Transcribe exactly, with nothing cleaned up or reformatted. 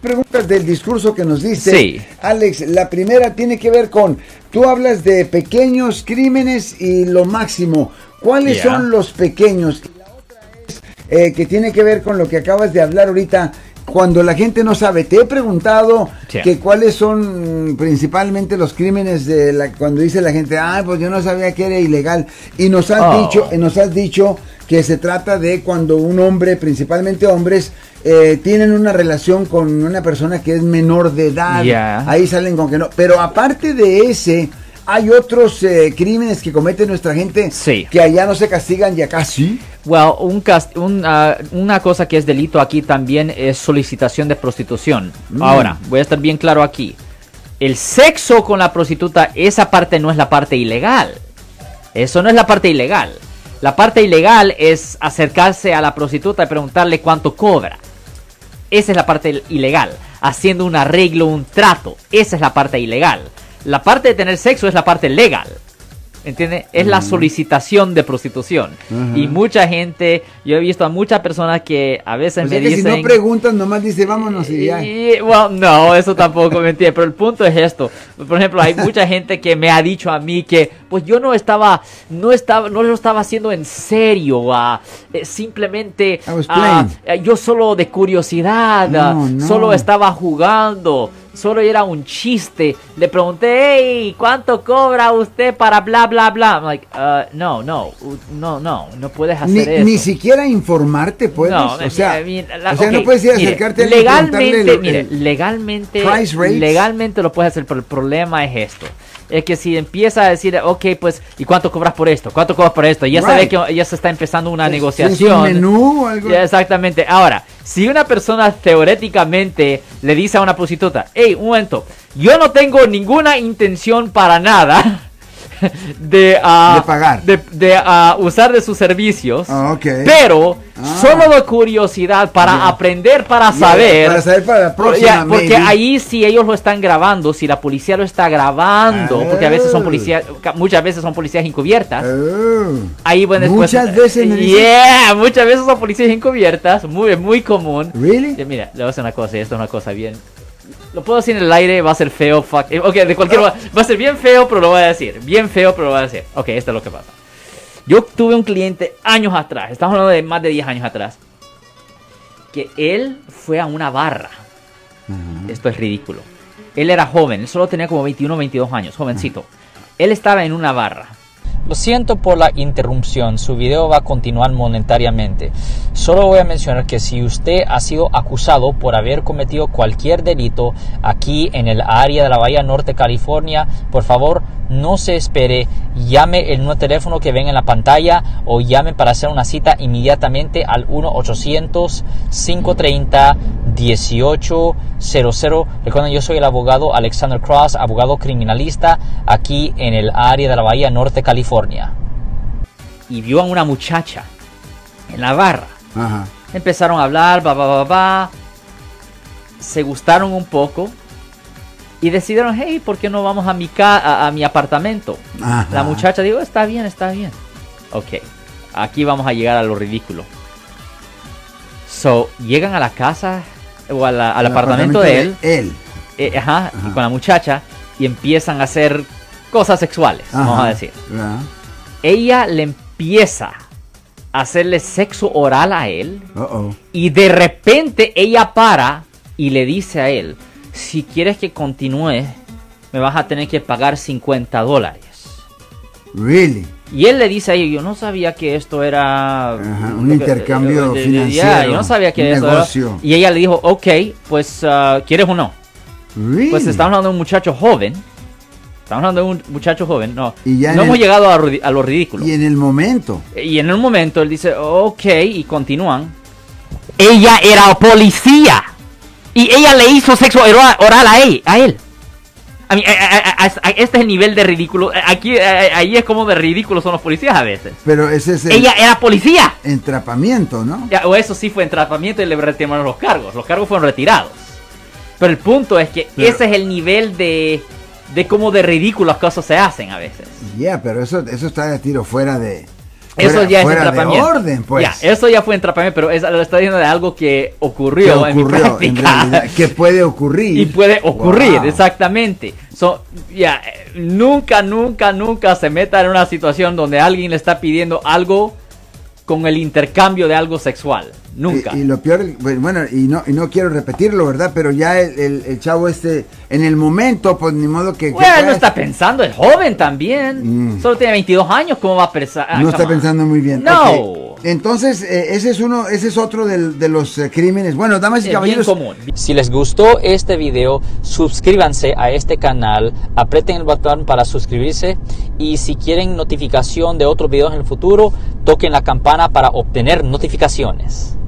Preguntas del discurso que nos diste, sí. Alex. La primera tiene que ver con, tú hablas de pequeños crímenes y lo máximo. ¿Cuáles yeah. son los pequeños? Y la otra es eh, que tiene que ver con lo que acabas de hablar ahorita, cuando la gente no sabe. Te he preguntado yeah. que cuáles son principalmente los crímenes de la, cuando dice la gente, ah, pues yo no sabía que era ilegal. Y nos has oh. dicho, y nos has dicho que se trata de cuando un hombre, principalmente hombres, eh, tienen una relación con una persona que es menor de edad. Yeah. Ahí salen con que no. Pero aparte de ese, hay otros eh, crímenes que comete nuestra gente sí. que allá no se castigan y acá sí. Well, un cast un, uh, una cosa que es delito aquí también es solicitación de prostitución. Mm. Ahora, voy a estar bien claro aquí. El sexo con la prostituta, esa parte no es la parte ilegal. Eso no es la parte ilegal. La parte ilegal es acercarse a la prostituta y preguntarle cuánto cobra. Esa es la parte ilegal. Haciendo un arreglo, un trato. Esa es la parte ilegal. La parte de tener sexo es la parte legal. ¿Entiendes? Es uh-huh. la solicitación de prostitución. Uh-huh. Y mucha gente, yo he visto a muchas personas que a veces o me sea que dicen... si no preguntan, nomás dice vámonos y ya. Y, well, no, eso tampoco me entiende. Pero el punto es esto. Por ejemplo, hay mucha gente que me ha dicho a mí que pues yo no estaba, no estaba, no lo estaba haciendo en serio. Uh, eh, simplemente uh, yo solo de curiosidad, no, uh, no. solo estaba jugando. Solo era un chiste. Le pregunté, hey, ¿cuánto cobra usted para bla, bla, bla? I'm like, uh, no, no, no, no, no puedes hacer ni, eso. Ni siquiera informarte puedes. No, o sea, I mean, la, o sea okay, no puedes ir a acercarte mire, a legalmente, el, mire, el legalmente, legalmente lo puedes hacer, pero el problema es esto. Es que si empieza a decir, ok, pues, ¿y cuánto cobras por esto? ¿Cuánto cobras por esto? Ya right. sabe que ya se está empezando una ¿Es, negociación. ¿Es un menú o algo? Ya, exactamente. Ahora, si una persona teóricamente le dice a una prostituta, hey, un momento, yo no tengo ninguna intención para nada de, uh, de pagar, de, de uh, usar de sus servicios, oh, okay. pero ah. solo de curiosidad para yeah. aprender, para yeah, saber, para saber para la próxima, yeah, porque ahí si ellos lo están grabando, si la policía lo está grabando, oh. porque a veces son policías, muchas veces son policías encubiertas, oh. ahí bueno, después, muchas veces, me yeah, muchas veces son policías encubiertas, muy muy común. Really? Yeah, mira, le voy a hacer una cosa, y esto es una cosa bien. Lo puedo decir en el aire, va a ser feo, fuck. Ok, de cualquier manera, va a ser bien feo, pero lo voy a decir. Bien feo, pero lo voy a decir. Ok, esto es lo que pasa. Yo tuve un cliente años atrás, estamos hablando de más de diez años atrás, que él fue a una barra. Uh-huh. Esto es ridículo. Él era joven, él solo tenía como veintiuno, veintidós años, jovencito. Uh-huh. Él estaba en una barra. Lo siento por la interrupción, su video va a continuar momentáneamente. Solo voy a mencionar que si usted ha sido acusado por haber cometido cualquier delito aquí en el área de la Bahía Norte, California, por favor no se espere, llame el nuevo teléfono que ven en la pantalla o llame para hacer una cita inmediatamente al uno ochocientos, cinco treinta, dieciocho cero cero. Recuerden, yo soy el abogado Alexander Cross, abogado criminalista aquí en el área de la Bahía Norte, California. Y vio a una muchacha en la barra. Ajá. Empezaron a hablar, va, va, va, va. Se gustaron un poco y decidieron, hey, ¿por qué no vamos a mi, ca a, a mi apartamento? Ajá. La muchacha dijo, está bien, está bien. Ok, aquí vamos a llegar a lo ridículo. So, llegan a la casa o a la, al apartamento, apartamento de él, de él. Eh, ajá, ajá. con la muchacha, y empiezan a hacer cosas sexuales, ajá, vamos a decir. Ajá. Ella le empieza a hacerle sexo oral a él. Uh-oh. Y de repente ella para y le dice a él, si quieres que continúe, me vas a tener que pagar cincuenta dólares. Really? Y él le dice a ella, yo no sabía que esto era... Ajá, un intercambio eh, financiero. Yeah, yo no sabía que eso negocio. Era. Y ella le dijo, ok, pues, uh, ¿quieres o no? Really? Pues estamos hablando de un muchacho joven. Estamos hablando de un muchacho joven, no. Y ya no hemos el... llegado a, a lo ridículo. Y en el momento. Y en el momento él dice, ok, y continúan. Ella era policía. Y ella le hizo sexo oral a él. A él. A mí, a, a, a, a, este es el nivel de ridículo. Aquí, a, ahí es como de ridículo son los policías a veces. Pero ese es el ella era policía. Entrapamiento, ¿no? Ya, o eso sí fue entrapamiento y le retiraron los cargos. Los cargos fueron retirados. Pero el punto es que pero, ese es el nivel de, de cómo de ridículo las cosas se hacen a veces. Ya, yeah, pero eso, eso está de tiro fuera de... Eso fuera, ya es fuera entrapamiento. de orden, pues. Ya, eso ya fue entrapamiento, pero es, lo está diciendo de algo que ocurrió, que en mi ocurrió, práctica. en realidad, que puede ocurrir. Y puede ocurrir, Wow. exactamente. So, ya, eh, nunca, nunca, nunca se meta en una situación donde alguien le está pidiendo algo con el intercambio de algo sexual. Nunca. Y, y lo peor, bueno, y no, y no quiero repetirlo, ¿verdad? Pero ya el, el, el chavo este, en el momento, pues ni modo que... Bueno, que él no está pensando, es joven también. Mm. Solo tiene veintidós años, ¿cómo va a pensar? Ah, No está come on. pensando muy bien. No. Ok. Entonces, eh, ese es uno, ese es otro del, de los eh, crímenes. Bueno, damas y Es bien caballeros, común. Si les gustó este video, suscríbanse a este canal, aprieten el botón para suscribirse y si quieren notificación de otros videos en el futuro, toquen la campana para obtener notificaciones.